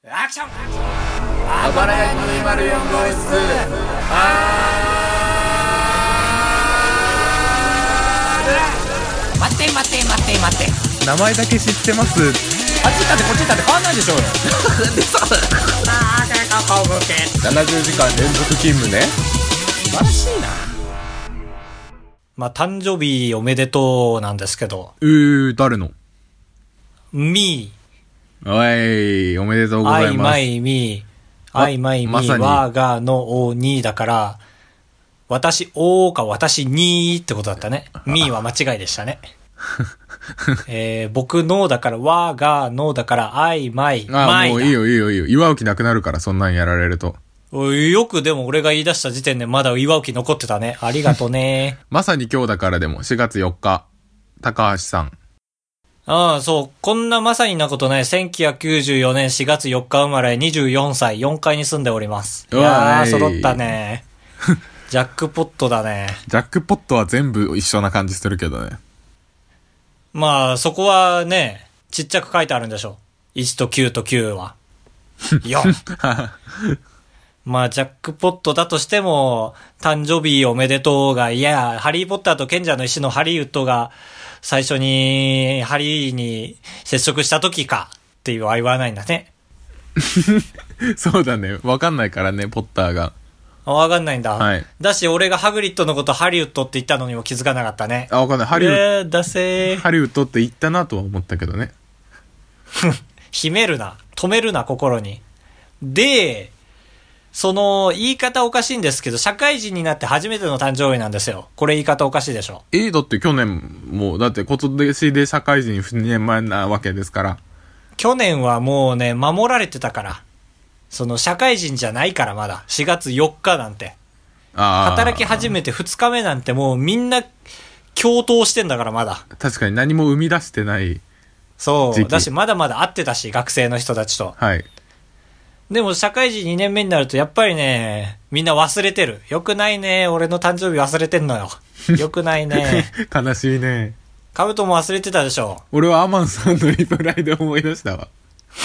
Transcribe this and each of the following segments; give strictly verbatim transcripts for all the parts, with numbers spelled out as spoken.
アクションあばらやにーまるよん号室あー待って待って待って待って名前だけ知ってます。 あっち行ったってこっち行ったって変わんないでしょうよななじゅうじかん連続勤務ね。 素晴らしいな。まあ誕生日おめでとうなんですけど、 えー、誰の？ みーおいおめでとうございます。 あいまいみあいまいみわがのおにだから、私おか私にってことだったね。みは間違いでしたねえー、僕のだからわがのだからあいまいあまいだ。 もういいよいいよいいよ。祝う気なくなるから、そんなんやられると。 よくでも俺が言い出した時点でまだ祝う気残ってたね。ありがとねまさに今日だから。でもしがつよっか、高橋さん。 ああ、そう。こんなまさになことない。せんきゅうひゃくきゅうじゅうよねんしがつよっか生まれ、にじゅうよんさい、よんかいに住んでおります。いやー、揃ったね。ジャックポットだね。 ジャックポットは全部一緒な感じするけどね。 まあ、そこはね、ちっちゃく書いてあるんでしょ。いちときゅうときゅうは。よん。まあ、ジャックポットだとしても、誕生日おめでとうが、いや、ハリーポッターと賢者の石のハリウッドが、最初に、ハリーに接触した時か、っていうは言わないんだね。 そうだね。わかんないからね、ポッターが。 わかんないんだ。 はい。 だし、俺がハグリッドのことハリウッドって言ったのにも気づかなかったね。 あ、わかんない。ハリウッド。 えー、だせー。 ハリウッドって言ったなとは思ったけどね。 秘めるな。止めるな、心に。で、その、言い方おかしいんですけど、社会人になって初めての誕生日なんですよ。これ言い方おかしいでしょ。 えー、だって去年も、だって今年で社会人にねんまえなわけですから。 去年はもうね、守られてたから。その、社会人じゃないからまだ。しがつよっかなんて。 ああ。 働き始めてふつかめなんてもうみんな、共闘してんだからまだ。 確かに何も生み出してない。 そう。だし、まだまだ会ってたし、学生の人たちと。 はい。 でも社会人にねんめになるとやっぱりね、みんな忘れてる。よくないね。俺の誕生日忘れてんのよ。よくないね。 悲しいね。 カブトも忘れてたでしょ。 俺はアマンさんのリプライで思い出したわ。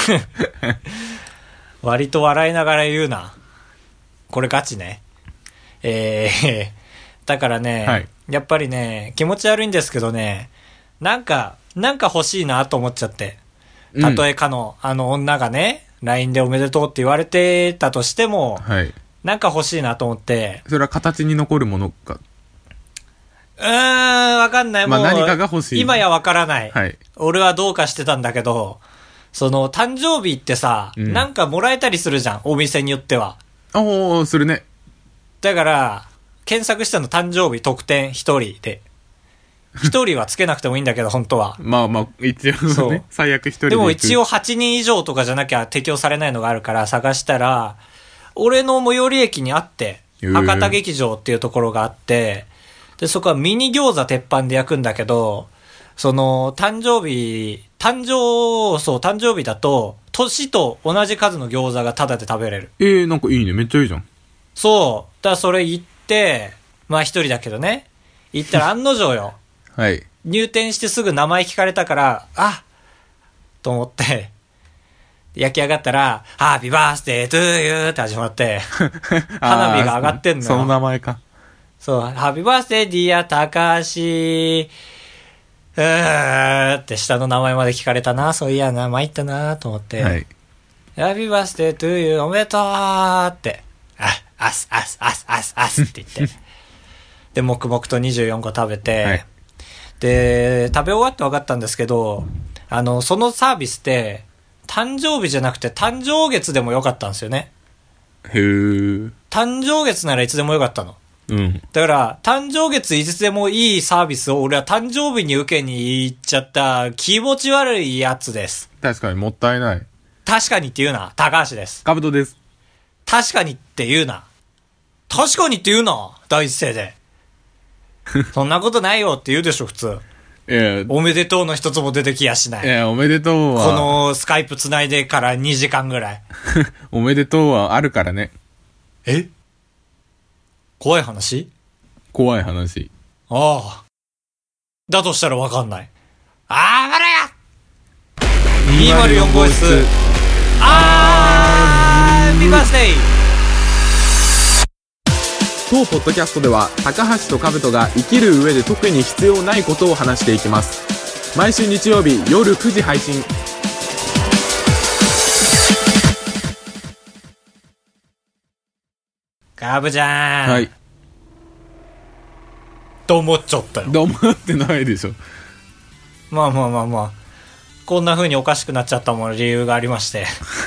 割と笑いながら言うな。これガチね。えー、だからね、はい、やっぱりね、気持ち悪いんですけどね、なんか、なんか欲しいなと思っちゃって。たとえかの、あの女がね、ライン でおめでとうって言われてたとしても、はい、なんか欲しいなと思って。 それは形に残るものか。 うーん、わかんない。もう、 まあ何かが欲しい。 今やわからない。 はい。 俺はどうかしてたんだけど、その、誕生日ってさ、うん、なんかもらえたりするじゃん、お店によっては。 おー、するね。 だから、検索したの誕生日特典一人で。一人はつけなくてもいいんだけど、本当は。 まあまあ、一応ね、最悪一人で。 でも一応はちにん以上とかじゃなきゃ適用されないのがあるから探したら、俺の最寄り駅にあって、博多劇場っていうところがあって、で、そこはミニ餃子鉄板で焼くんだけど、その、誕生日、誕生、そう、誕生日だと、年と同じ数の餃子がタダで食べれる。 えー、なんかいいね。めっちゃいいじゃん。 そう。だからそれ行って、まあ一人だけどね。行ったら案の定よ。 はい。 入店してすぐ名前聞かれたから、あと思って、焼き上がったら、ハッピーバースデートゥーユーって始まって、花火が上がってんのよ。 その名前か。 そう、ハッピーバースデーディアタカシうーって下の名前まで聞かれたな、そういやな、参ったなと思って、はい、ハッピーバースデートゥーユーおめでとうって、あ、あす、あす、あす、あす、あすって言って、で、黙々とにじゅうよんこ食べて、はい、で、食べ終わって分かったんですけど、あの、そのサービスって、誕生日じゃなくて誕生月でもよかったんですよね。 へー。 誕生月ならいつでもよかったの。 うん。 だから、誕生月いつでもいいサービスを俺は誕生日に受けに行っちゃった気持ち悪いやつです。 確かにもったいない。 確かにって言うな。高橋です。 カブトです。 確かにって言うな。確かにって言うな。第一声で。そんなことないよって言うでしょ、普通。 いや、 おめでとうの一つも出てきやしない。 いや、おめでとうは。 このスカイプ繋いでからにじかんぐらい。 おめでとうはあるからね。 え？怖い話？ 怖い話。 ああ。だとしたらわかんない。あばらや !にーまるよん 号室。あースデー。 当ポッドキャストでは高橋と兜が生きる上で特に必要ないことを話していきます。毎週日曜日夜くじ配信。 カブちゃん、 はい、 と思っちゃったよ。 どう思ってないでしょ。 まあまあまあまあ、こんな風におかしくなっちゃったもの理由がありまして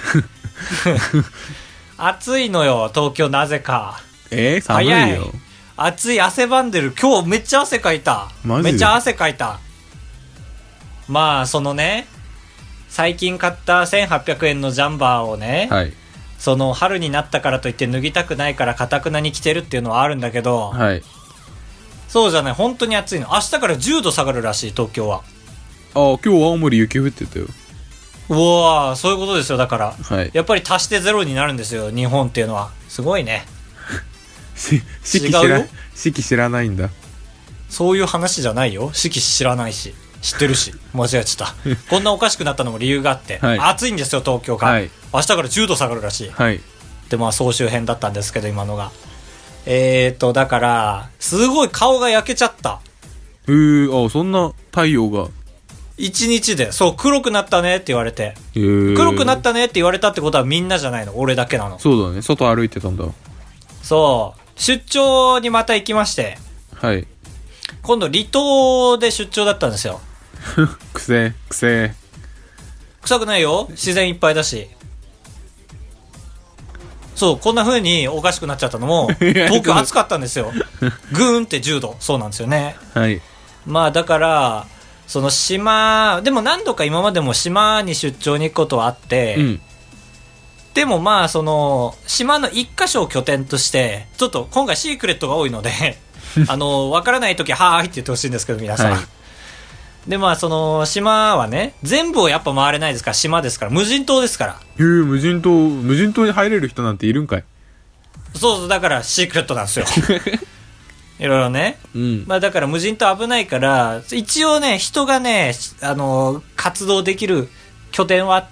暑いのよ東京、なぜか。 えー、寒いよ。早い。 暑い、汗ばんでる。今日めっちゃ汗かいた。めっちゃ汗かいた。まあそのね、最近買ったせんはっぴゃくえんのジャンバーをね、はい、その春になったからといって脱ぎたくないから堅くなに着てるっていうのはあるんだけど、はい、そうじゃない、本当に暑いの。明日からじゅうど下がるらしい、東京は。 ああ、今日青森雪降ってたよ。 うわー、そういうことですよ。だから、はい、やっぱり足してゼロになるんですよ、日本っていうのは。すごいね。 四季知ら、四季知らないんだ。 そういう話じゃないよ。四季知らないし知ってるし。間違えちゃったこんなおかしくなったのも理由があって、はい、暑いんですよ東京が、はい、明日からじゅうど下がるらしい、はい、でまあ総集編だったんですけど今のがえーとだからすごい顔が焼けちゃった。 えー、あ、そんな太陽が一日で。そう、黒くなったねって言われて、えー、黒くなったねって言われたってことはみんなじゃないの、俺だけなの。 そうだね、外歩いてたんだ。 そう、出張にまた行きまして、はい、今度離島で出張だったんですよくせくせ臭くないよ、自然いっぱいだし。そう、こんな風におかしくなっちゃったのも東京暑かったんですよグーンってじゅうど。そうなんですよね。はい。まあだからその島でも何度か今までも島に出張に行くことはあって、うん、でもまあその島の一箇所を拠点としてちょっと今回シークレットが多いのであの分からないときはーいって言ってほしいんですけど皆さん、はい、でまあその島はね全部をやっぱ回れないですから、島ですから無人島ですから。 へー、無人島無人島に入れる人なんているんかい。 そうそう、だからシークレットなんですよいろいろね、うん、まあだから無人島危ないから一応ね人がねあの活動できる拠点はあって、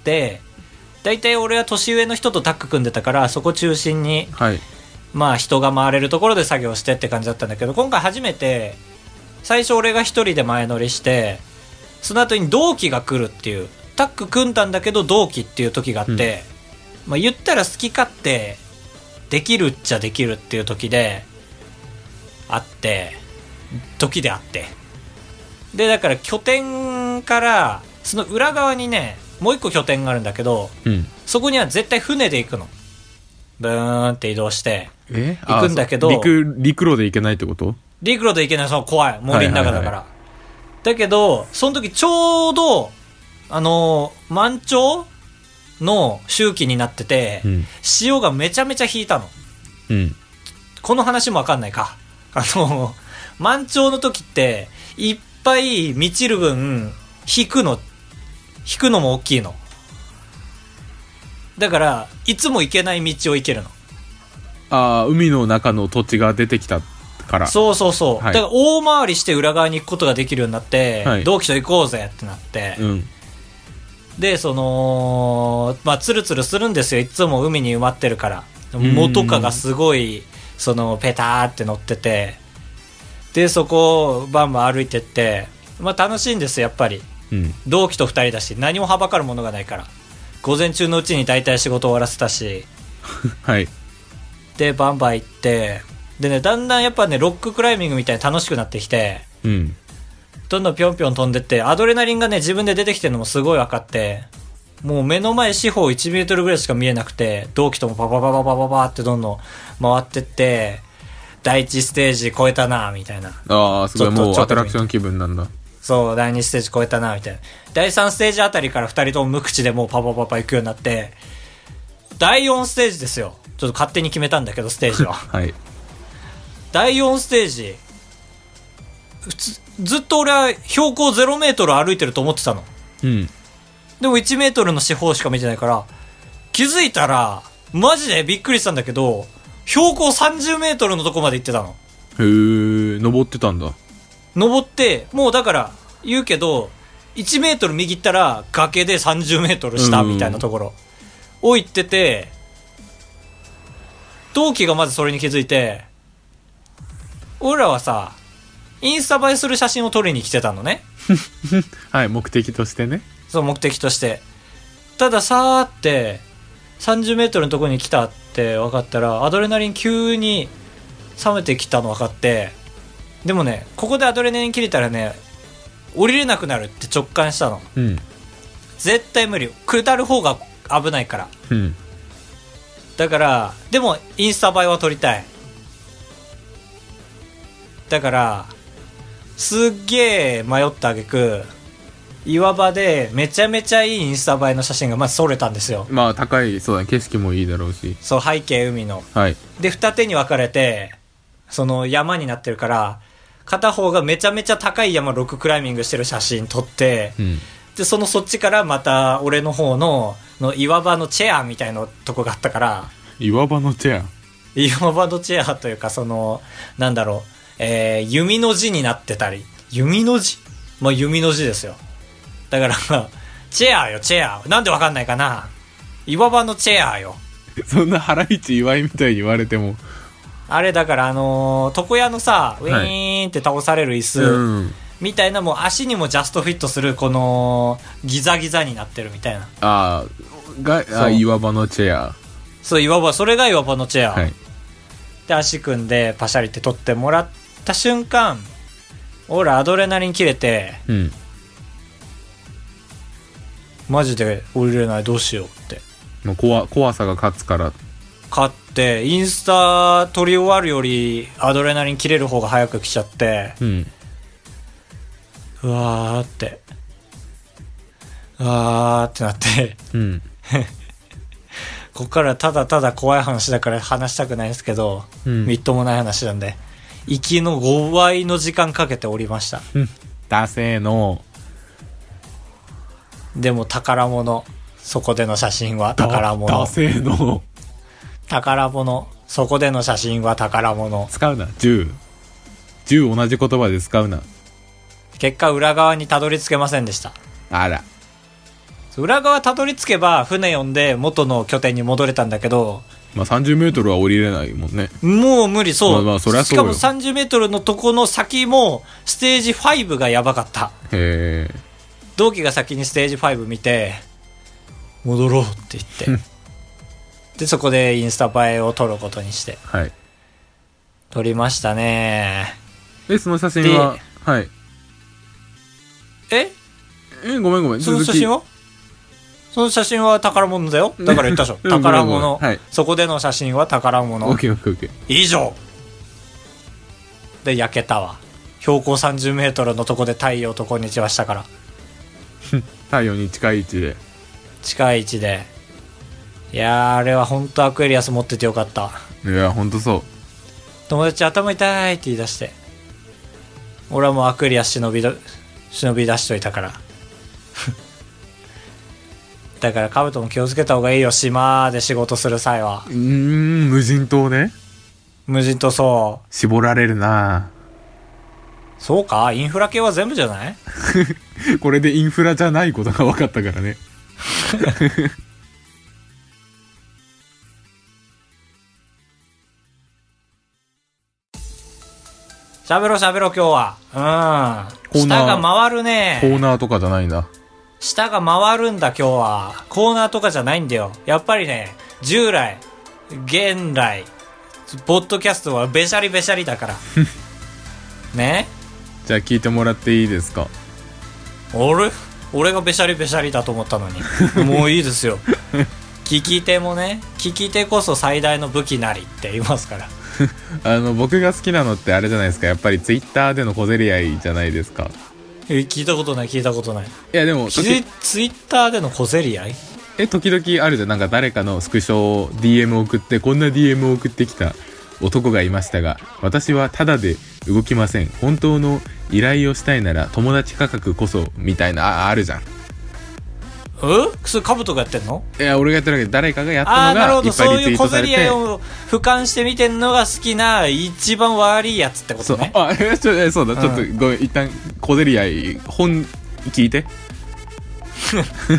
だいたい俺は年上の人とタッグ組んでたからそこ中心に、はい、まあ人が回れるところで作業してって感じだったんだけど、今回初めて最初俺が一人で前乗りして、その後に同期が来るっていう、タッグ組んだんだけど同期っていう時があって、うん、まあ言ったら好き勝手できるっちゃできるっていう時であって時であってで、だから拠点からその裏側にねもう一個拠点があるんだけど、うん、そこには絶対船で行くの。ブーンって移動して行くんだけど、 陸陸路で行けないってこと？ 陸路で行けない、そう怖い森の中だから、はいはいはい、だけどその時ちょうどあのー、満潮の周期になってて、うん、潮がめちゃめちゃ引いたの、うん、この話も分かんないか。あの満潮の時っていっぱい満ちる分引くの引くのも大きいのだから、いつも行けない道を行けるの。 ああ、海の中の土地が出てきたから。 そうそうそう、はい、だから大回りして裏側に行くことができるようになって、はい、同期と行こうぜってなって、うん、でそのまあツルツルするんですよ、いつも海に埋まってるから。藻とかがすごいそのペターって乗ってて、でそこをバンバン歩いてって、まあ楽しいんですよやっぱり、うん、同期とふたりだし何もはばかるものがないから、午前中のうちに大体仕事終わらせたしはいでバンバン行って、でねだんだんやっぱねロッククライミングみたいに楽しくなってきて、うん、どんどんぴょんぴょん飛んでって、アドレナリンがね自分で出てきてるのもすごい分かって、もう目の前四方いちメートルぐらいしか見えなくて、同期ともパパパパパパパってどんどん回ってって、第一ステージ超えたなみたいな。 ああ、すごい、もうアトラクション気分なんだ。 そう、だいにステージ超えたなみたいな。だいさんステージあたりからふたりとも無口でもうパパパパ行くようになって、だいよんステージですよ。ちょっと勝手に決めたんだけどステージははいだいよんステージずっと俺は標高ゼロメートル歩いてると思ってたの。うん。でもいちメートルの四方しか見てないから、気づいたらマジでびっくりしたんだけど、標高さんじゅうメートルのとこまで行ってたの。 へー、登ってたんだ。 登って、もうだから言うけどいちメートル右行ったら崖でさんじゅうメートル下みたいなところを行ってて、 同期がまずそれに気づいて、俺らはさ、インスタ映えする写真を撮りに来てたのね。 はい、目的としてね。 そう、目的として。たださーってさんじゅうメートルのところに来たって分かったら、アドレナリン急に冷めてきたの分かって、でもね、ここでアドレナリン切れたらね、降りれなくなるって直感したの。 うん。 絶対無理。下る方が危ないから。 うん。 だから、でもインスタ映えは撮りたい。だから、すっげえ迷った挙句、岩場でめちゃめちゃいいインスタ映えの写真がまず撮れたんですよ。 まあ高い、そうだね、景色もいいだろうし。 そう、背景海の。 はい。 で、二手に分かれて、その山になってるから、片方がめちゃめちゃ高い山ロッククライミングしてる写真撮って、 うん、 で、そのそっちからまた俺の方の、の岩場のチェアみたいなとこがあったから、 岩場のチェア岩場のチェアというか、その、なんだろう、えー、弓の字になってたり、弓の字まあ、弓の字ですよ。だから、チェアよ、チェア。なんでわかんないかな。岩場のチェアよ。 そんなハライチ岩井みたいに言われても。 あれだから、あのー、床屋のさ、ウィーンって倒される椅子、はい、みたいな、もう足にもジャストフィットする、この、ギザギザになってるみたいな。 あー、が、あ、岩場のチェア。 そう、岩場、それが岩場のチェア。 はい、 で、足組んで、パシャリって取ってもらった瞬間、俺アドレナリン切れて、 うん、 マジで降りれない、どうしようって。 もう 怖, 怖さが勝つから。 勝って、インスタ撮り終わるよりアドレナリン切れる方が早く来ちゃって、 うん、 うわーって、うわーってなって、 うん、 こっからただただ怖い話だから話したくないんですけど、うん、みっともない話なんで、行きのごばいの時間かけて降りました。 ダセーの。 でも宝物。そこでの写真は宝物。 ダセーの。 宝物。そこでの写真は宝物。 使うな。銃。銃同じ言葉で使うな。 結果裏側にたどり着けませんでした。 あら。 裏側たどり着けば船呼んで元の拠点に戻れたんだけど、 まあさんじゅうメートルは降りれないもんね。 もう無理、そう。 まあまあそりゃそうよ。 しかもさんじゅうメートルのとこの先もステージごがやばかった。 へえ。 同期が先にステージご見て、戻ろうって言って。で、そこでインスタ映えを撮ることにして。 はい。 撮りましたね。 え、その写真は、はい。 ええ、ごめんごめん。 その写真はその写真は宝物だよ。だから言ったでしょ。宝物、はい。そこでの写真は宝物。 オッケーオッケーオッケー。 以上。で、焼けたわ。標高さんじゅうメートルのとこで太陽とこんにちはしたから。 太陽に近い位置で。 近い位置で。いやー、あれは本当アクエリアス持っててよかった。 いや、本当そう。 友達頭痛いって言い出して。俺はもうアクエリアス忍びど、忍び出しといたから。だからカブトも気をつけた方がいいよ、島で仕事する際は。 うーん、無人島ね。 無人島、そう。 絞られるな。 そうか、インフラ系は全部じゃない？ これでインフラじゃないことが分かったからね。 喋ろう喋ろう今日は。うん。下が回るね。 コーナーとかじゃないんだ。 下が回るんだ今日は。コーナーとかじゃないんだよ。やっぱりね、従来、現来、ポッドキャストはべしゃりべしゃりだから。ね？ じゃあ聞いてもらっていいですか？ 俺俺がべしゃりべしゃりだと思ったのに。もういいですよ。聞き手もね、聞き手こそ最大の武器なりって言いますから。 あの僕が好きなのってあれじゃないですか。やっぱりツイッターでの小競り合いじゃないですか。 え、聞いたことない聞いたことない。いやでもツイッターでの小競り合い？ え、時々あるじゃん。なんか誰かのスクショを ディーエム 送って、こんな ディーエム を送ってきた男がいましたが、私はタダで動きません。本当の依頼をしたいなら友達価格こそみたいな あ, あるじゃん。 え？それカブトがやってんの？ いや俺がやってるわけで、誰かがやったのがいっぱいリツイートされて、そういう小競り合いを俯瞰して見てんのが好きな一番悪いやつってことね。 そう、あ、ちょ、そうだ、ちょっとごめん、一旦小競り合い本聞いて。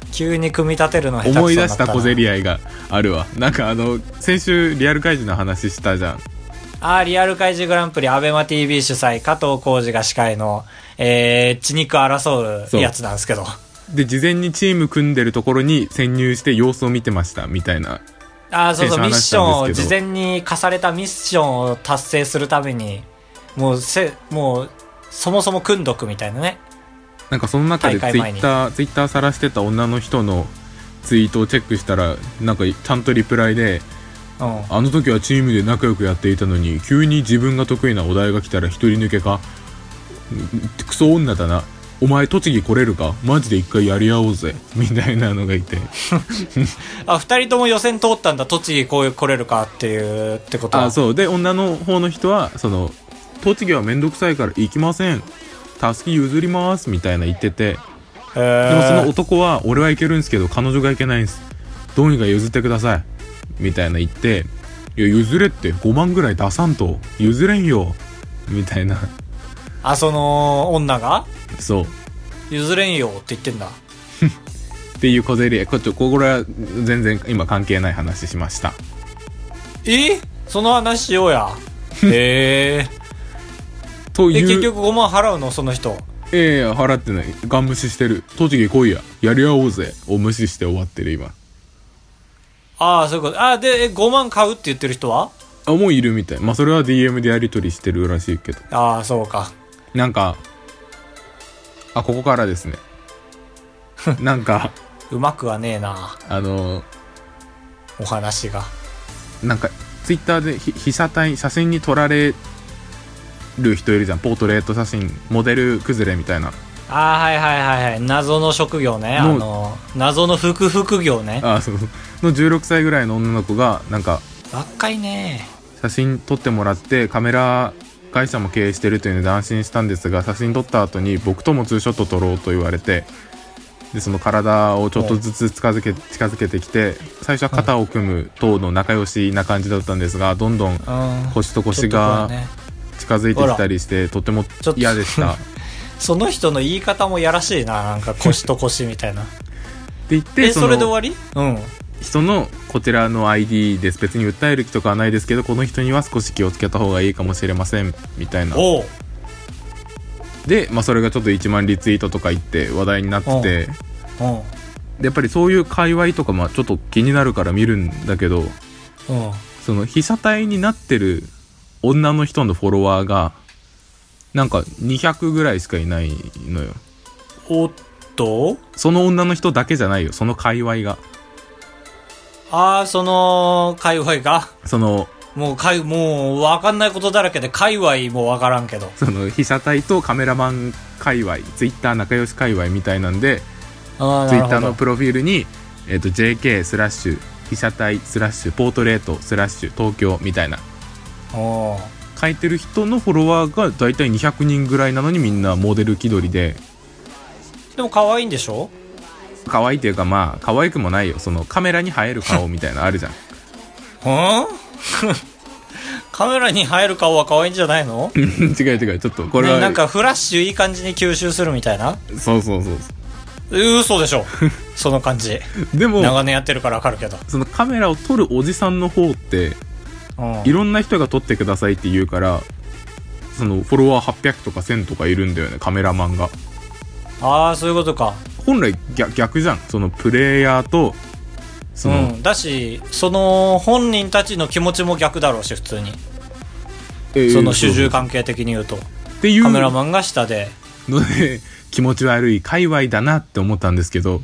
急に組み立てるの下手くそ思い出しになったな。 た小競り合いがあるわ。なんかあの先週リアル怪獣の話したじゃん。 あーリアル怪獣グランプリアベマ ティービー 主催加藤浩次が司会の、えー、血肉争うやつなんですけど、 で事前にチーム組んでるところに潜入して様子を見てましたみたいな。 あーそうそう、ミッションを先週話したんですけど事前に課されたミッションを達成するためにもうせもうそもそも組んどくみたいなね。 なんかその中でツイ大会前にッターツイッター晒してた女の人のツイートをチェックしたら、なんかちゃんとリプライで、 うん、 あの時はチームで仲良くやっていたのに急に自分が得意なお題が来たら一人抜けか、クソ女だな、お前栃木来れるか、マジで一回やり合おうぜみたいなのがいてあ二人とも予選通ったんだ、栃木こう来れるかっていうってことは。 あそうで、女の方の人はその栃木はめんどくさいから行きません、たすき譲りますみたいな言ってて、 へーでもその男は俺は行けるんですけど彼女が行けないんです、どうにか譲ってくださいみたいな言って、いや譲れってごまんぐらい出さんと譲れんよみたいな。 あその女がそう譲れんよって言ってんだっていう小競り合い。こっちこれは全然今関係ない話しました。 えその話しようやへえという。 結局ごまん払うのその人。 ええ払ってない、ガン無視してる。栃木来いややり合おうぜを無視して終わってる今。 ああそういうこと。あでごまん買うって言ってる人はあもういるみたい。まあそれは ディーエム でやり取りしてるらしいけど。 ああそうか。 なんかあここからですねなんかうまくはねえなあのお話が。 なんかツイッターでひ被写体写真に撮られる人いるじゃん、ポートレート写真モデル崩れみたいな。 ああはいはいはいはい、謎の職業ね、あのの謎の副副業ね。 あそうのじゅうろくさいぐらいの女の子がなんか若いね。 写真撮ってもらってカメラ会社も経営してるというので安心したんですが、写真撮った後に僕ともツーショット撮ろうと言われて、でその体をちょっとずつ近づけ近づけてきて、最初は肩を組む等の仲良しな感じだったんですが、どんどん腰と腰が近づいてきたりしてとても嫌でしたその人の言い方もやらしいな、なんか腰と腰みたいなって言ってえそれで終わり？うん人のこちらの アイディー です、別に訴える気とかはないですけどこの人には少し気をつけた方がいいかもしれませんみたいな。 おうで、まあ、それがちょっといちまんリツイートとか言って話題になってて、 おうでやっぱりそういう界隈とかまあちょっと気になるから見るんだけど、 おうその被写体になってる女の人のフォロワーがなんかにひゃくぐらいしかいないのよ。 おっとその女の人だけじゃないよ、その界隈が。 ああその界隈がそのもうかいもう分かんないことだらけで界隈も分からんけど、 その被写体とカメラマン界隈、ツイッター仲良し界隈みたいなんで、 あツイッターのプロフィールに、えーと、ジェーケー スラッシュ被写体スラッシュポートレートスラッシュ東京みたいなお書いてる人のフォロワーがだいたいにひゃくにんぐらいなのに、みんなモデル気取りで。 でも可愛いんでしょ？ 可愛いっていうか、まあ可愛くもないよ、そのカメラに映える顔みたいなのあるじゃんはぁカメラに入る顔は可愛いんじゃないの？ 違う違う、ちょっとこれは、 ね、なんかフラッシュいい感じに吸収するみたいな。 そうそうそう嘘でしょその感じでも長年やってるから分かるけど、 そのカメラを撮るおじさんの方ってうん、 いろんな人が撮ってくださいって言うから、そのフォロワーはっぴゃくとかせんとかいるんだよね、カメラマンが。 ああそういうことか。 本来 逆, 逆じゃん、そのプレイヤーとその、 うん、だしその本人たちの気持ちも逆だろうし、普通に、 えー、 その主従関係的に言うとっていうカメラマンが下でので気持ち悪い界隈だなって思ったんですけど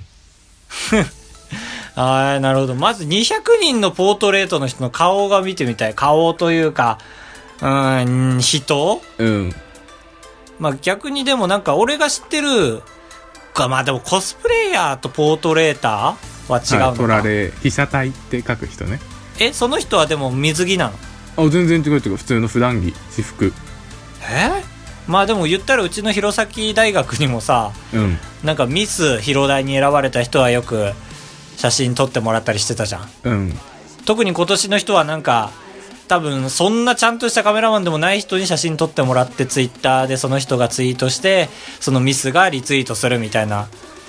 ああなるほど。まずにひゃくにんのポートレートの人の顔が見てみたい。顔というかうん人うんまあ逆にでもなんか俺が知ってるか、まあでもコスプレイヤーとポートレーターは違うのか、はい、 撮られ被写体って書く人ね。 えその人はでも水着なの？ あ全然違う違う、普通の普段着私服。 えまあでも言ったらうちの弘前大学にもさ、 うん、 なんかミス広大に選ばれた人はよく写真撮ってもらったりしてたじゃん、 うん、 特に今年の人はなんか多分そんなちゃんとしたカメラマンでもない人に写真撮ってもらってツイッターでその人がツイートしてそのミスがリツイートするみたいな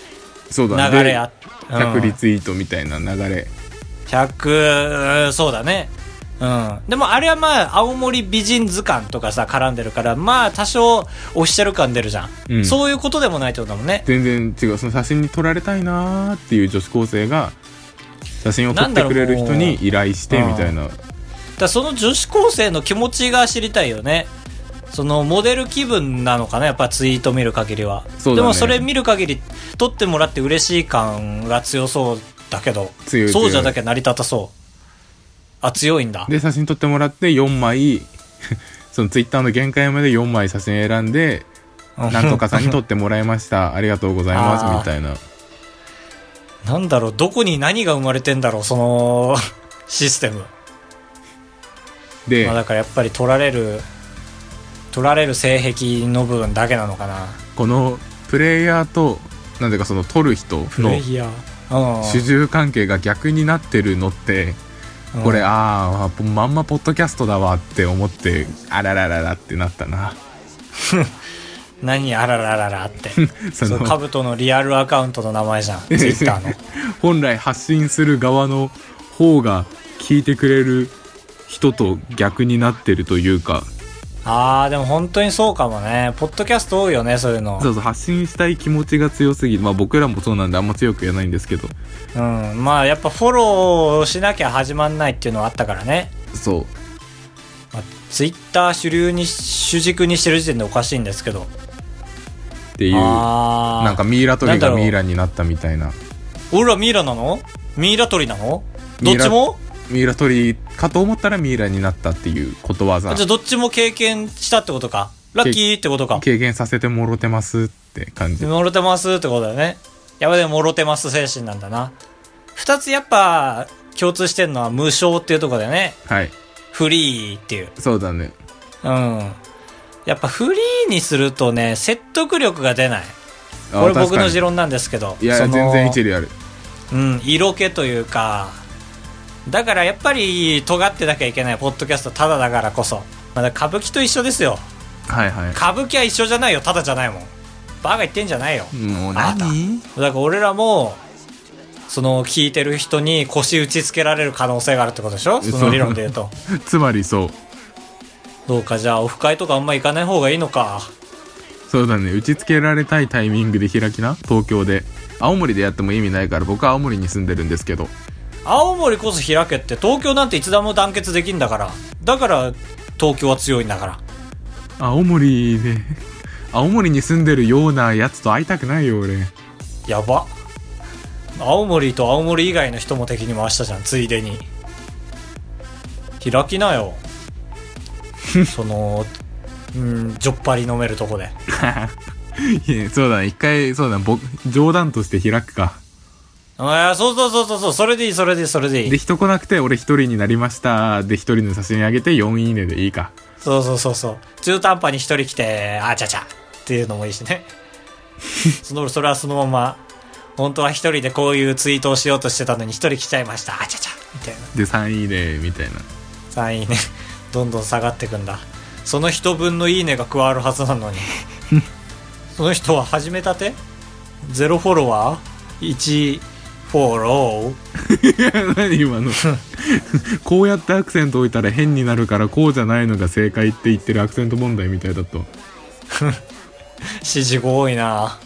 そうだね、流れあ、 うん、ひゃくリツイートみたいな流れ。 ひゃく、そうだね。うん。でもあれはまあ、青森美人図鑑とかさ、絡んでるから、まあ、多少オフィシャル感出るじゃん。うん、そういうことでもないってことだもんね。 全然違う。その写真に撮られたいなーっていう女子高生が、写真を撮ってくれる人に依頼してみたいな。だからその女子高生の気持ちが知りたいよね。そのモデル気分なのかな、やっぱツイート見る限りは。そうだね、でもそれ見る限り撮ってもらって嬉しい感が強そうだけど、強い強い、そうじゃなきゃ成り立たそう。あ、強いんだ。 で写真撮ってもらってよんまいそのツイッターの限界までよんまい写真選んでなんとかさんに撮ってもらいましたありがとうございますみたいな。 なんだろう、どこに何が生まれてんだろう、そのシステムで、まあ、だからやっぱり撮られる撮られる性癖の部分だけなのかな。 このプレイヤーとなんていうかその撮る人の主従関係が逆になってるのってこれ、うん、ああまんまポッドキャストだわって思ってあららららってなったな何あららららってそのカブトのリアルアカウントの名前じゃんツイッターの本来発信する側の方が聞いてくれる人と逆になってるというか。 あーでも本当にそうかもね。ポッドキャスト多いよねそういうの。 そうそう、発信したい気持ちが強すぎて、まあ僕らもそうなんであんま強く言えないんですけど、 うん、まあやっぱフォローしなきゃ始まんないっていうのはあったからね。 そう、 まあ、ツイッター主流に主軸にしてる時点でおかしいんですけどっていう、なんかミイラ取りがミイラになったみたいな。 俺らミイラなの？ミイラ取りなの？どっちも？ ミイラ取りかと思ったらミイラになったっていうことわざ。 じゃあどっちも経験したってことか。ラッキーってことか。 経験させてもろてますって感じ。 もろてますってことだよね。やばい、でももろてます精神なんだな。二つやっぱ共通してるのは無償っていうところだよね。 はい。 フリーっていう。 そうだね。 うん。やっぱフリーにするとね説得力が出ない。これ僕の持論なんですけど。 いや全然一理ある。 うん、色気というか。だからやっぱり尖ってなきゃいけないポッドキャストただだからこそ、まだ歌舞伎と一緒ですよ。 はいはい。 歌舞伎は一緒じゃないよ、ただじゃないもん。バカ言ってんじゃないよ。 もう何？ だから俺らもその聞いてる人に腰打ちつけられる可能性があるってことでしょ、その理論で言うと。 つまりそう。 どうか、じゃあオフ会とかあんま行かない方がいいのか。 そうだね、打ちつけられたいタイミングで開きな。東京で。青森でやっても意味ないから、僕は青森に住んでるんですけど。 青森こそ開けって、東京なんていつでも団結できんだから。だから東京は強いんだから。 青森で青森に住んでるようなやつと会いたくないよ俺。 やば。青森と青森以外の人も敵に回したじゃん、ついでに。開きなよそのうんジョッパリ飲めるとこでいやそうだね、一回そうだね、僕冗談として開くか。 ああ、そうそうそうそうそう、それでいい、それでいい、それでいい。 で、人来なくて俺一人になりましたで、一人の写真あげてよんいいねでいいか。 そうそうそうそう、中途半端に一人来てあちゃちゃっていうのもいいしねそのそれはそのまま本当は一人でこういうツイートをしようとしてたのに一人来ちゃいましたあちゃちゃみたいなでさんいいねみたいな。 さんいいねどんどん下がってくんだ。その人分のいいねが加わるはずなのにその人は始めたてゼロフォロワーいちフォロー何今のこうやってアクセント置いたら変になるからこうじゃないのが正解って言ってるアクセント問題みたいだと指示語多いな。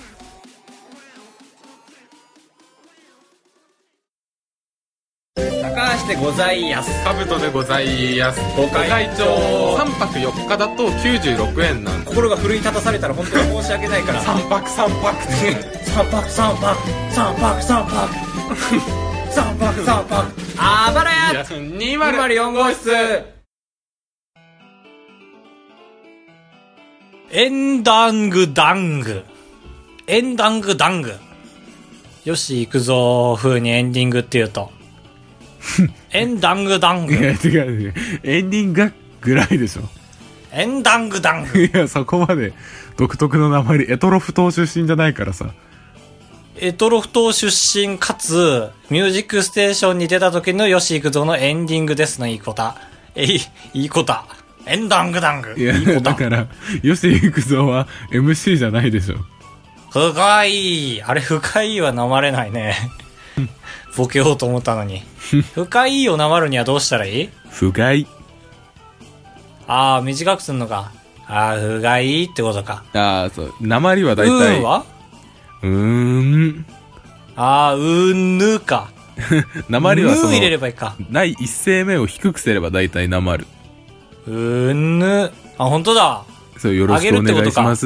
高橋でございやす。 カブトでございやす。ご会長さんぱくよっかだときゅうじゅうろくえんなんで。 心が奮い立たされたら本当に申し訳ないからさんぱくさんぱくさんぱくさんぱくさんぱくさんぱくさんぱくさんぱくあばらやにまるよん号室。エンダングダングエンダングダングよし行くぞ風にエンディングって言うとエンダングダング。いや違う違う、エンディングぐらいでしょ。 エンダングダング。 いやそこまで独特の名前。エトロフ島出身じゃないからさ。 エトロフ島出身かつミュージックステーションに出た時の吉幾三のエンディングですのいい子だ。えいいい子だ。エンダングダング。 いやいい子だだから吉幾三は エムシー じゃないでしょ。 深い。あれ、深いはなまれないね。ボケようと思ったのに。深いをなまるにはどうしたらいい？ 深い。 ああ、短くすんのか。ああ、深いってことか。 ああ、そう。なまりはだいたい。 うーはうーん。 ああ、うーぬか。 なまりはその、 ぬ入れればいいか。 ない一声目を低くすればだいたいなまる。 うーぬ。あ、ほんとだ。 そう、よろしくお願いします。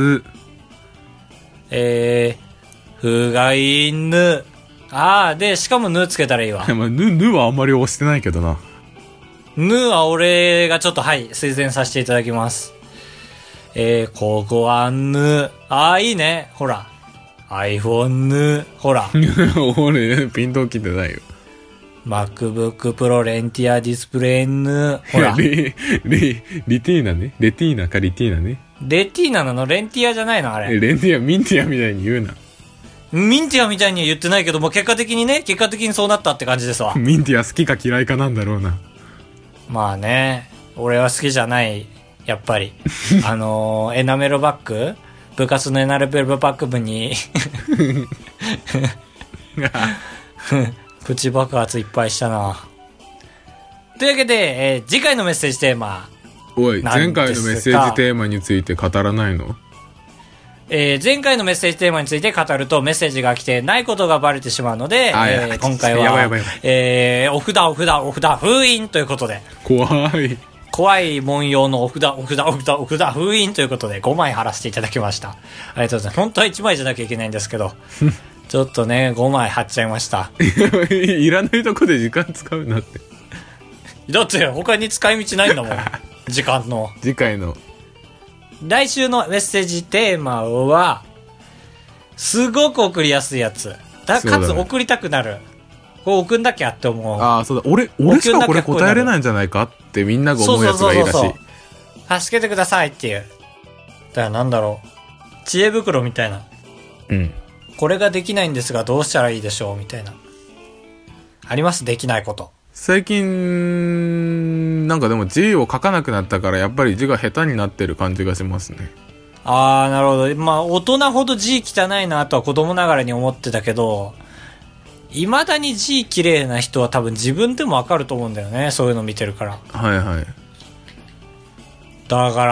えー、ふがいぬ。あー、で、しかもぬつけたらいいわ。 まあ、ぬ、ぬはあんまり押してないけどな。 ぬは俺がちょっと、はい、推薦させていただきます。えー、ここはぬ。あー、いいね。ほら。iPhone ぬ。ほら。 俺、ピント切ってないよ。 MacBook Pro レンティアディスプレイぬ。ほら。 リ、リ、リティーナね。レティーナかリティーナね。 レティーナなの？レンティアじゃないのあれ。 レンティア、ミンティアみたいに言うな。 ミンティアみたいには言ってないけども、結果的にね、結果的にそうなったって感じですわ。 ミンティア好きか嫌いかなんだろうな。 まあね、俺は好きじゃない、やっぱり。あのー、エナメルバッグ部活のエナメルバッグ部に、プチ爆発いっぱいしたな。というわけで、えー、次回のメッセージテーマ。 おい、前回のメッセージテーマについて語らないの？ えー、前回のメッセージテーマについて語るとメッセージが来てないことがバレてしまうので、えー、今回は、 やばいやばいやばい、 えー、お札、お札、お札、封印ということで。 怖い。 怖い文様のお札、お札、お札、お札、封印ということでごまい貼らせていただきました。ありがとうございます。本当はいちまいじゃなきゃいけないんですけど、ちょっとね、ごまい貼っちゃいました。 いらないとこで時間使うなって。 だって他に使い道ないんだもん。時間の。 次回の。 来週のメッセージテーマは、すごく送りやすいやつ。だかつ送りたくなる。これ送んなきゃって思う。 ああ、そうだ。俺、俺しかこれ答えれないんじゃないかってみんなが思うやつがいいらしい。そうそうそうそう。助けてくださいっていう。だからなんだろう。知恵袋みたいな。 うん。 これができないんですがどうしたらいいでしょうみたいな。あります？できないこと。 最近、なんかでも字を書かなくなったからやっぱり字が下手になってる感じがしますね。 あー、なるほど。まあ、大人ほど字汚いなとは子供ながらに思ってたけど、未だに字綺麗な人は多分自分でもわかると思うんだよね。そういうの見てるから。 はいはい。 だから、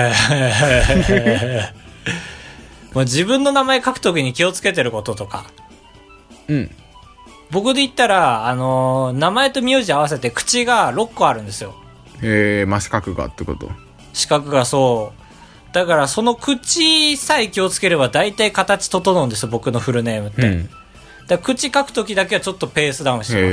えー、もう自分の名前書くときに気をつけてることとか。 うん。 僕で言ったら、あのー、名前と名字合わせて口がろっこあるんですよ。 えー、真四角がってこと？ 四角がそう。だからその口さえ気をつければ大体形整うんですよ、僕のフルネームって。うん、だから口書くときだけはちょっとペースダウンしてます。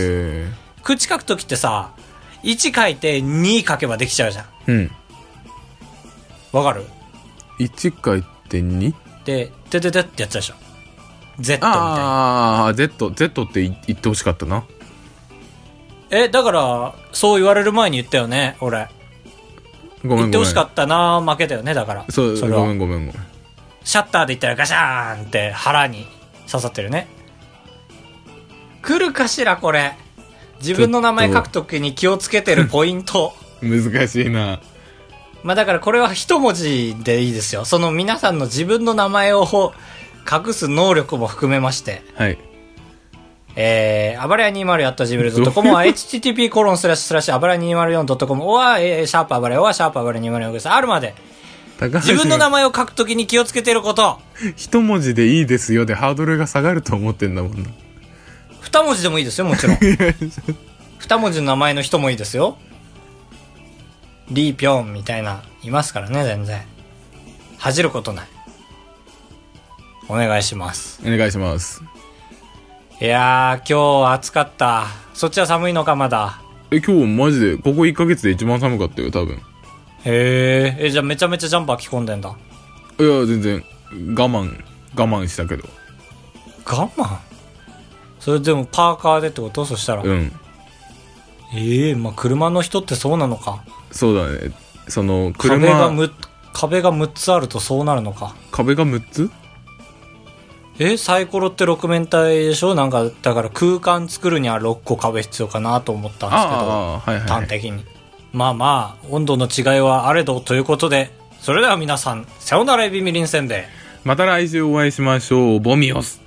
口書くときってさ、いち書いてに書けばできちゃうじゃん。うん。わかる？ いち 書いてに？ で、てててってやつでしょ。Z みたいな。 ああ、Z、Z って言ってほしかったな。 え、だから、そう言われる前に言ったよね、俺。 ごめんごめん。 言ってほしかったな、負けたよね、だから。 そう、それはごめんごめんごめん。 シャッターで言ったらガシャーンって腹に刺さってるね。来るかしら、これ。自分の名前書くときに気をつけてるポイント。 難しいな。 まあだからこれは一文字でいいですよ。その皆さんの自分の名前を隠す能力も含めまして。 はい。 えー、あばれや にじゅう アットジーメールドットコム は エイチティーティーピー コロンスラッシュスラッシュあばれや にじゅうよんドットコム は、えー、シャープあばれやはシャープあばれにじゅうよんです。あるまで。自分の名前を書くときに気をつけてること。 一文字でいいですよでハードルが下がると思ってんだもんな。 二文字でもいいですよ、もちろん。二文字の名前の人もいいですよ。リーピョンみたいな、いますからね、全然。恥じることない。お願いします。 お願いします。 いやー、今日暑かった。そっちは寒いのか、まだ。 え、今日マジで、ここいっかげつで一番寒かったよ、多分。 へー。え、じゃあめちゃめちゃジャンパー着込んでんだ。 いや、全然、我慢、我慢したけど。 我慢？それでもパーカーでってこと？そしたら。 うん。 ええー、まあ車の人ってそうなのか。 そうだね。その、車。 壁がむ、壁がむっつあるとそうなるのか。 壁がむっつ？ え、サイコロってろく面体でしょ？なんか、だから空間作るにはろっこ壁必要かなと思ったんですけど。 ああ、はいはい。 端的に。まあまあ、温度の違いはあれどということで、それでは皆さん、さよならエビみりんせんべい。 また来週お会いしましょう。ボミオス。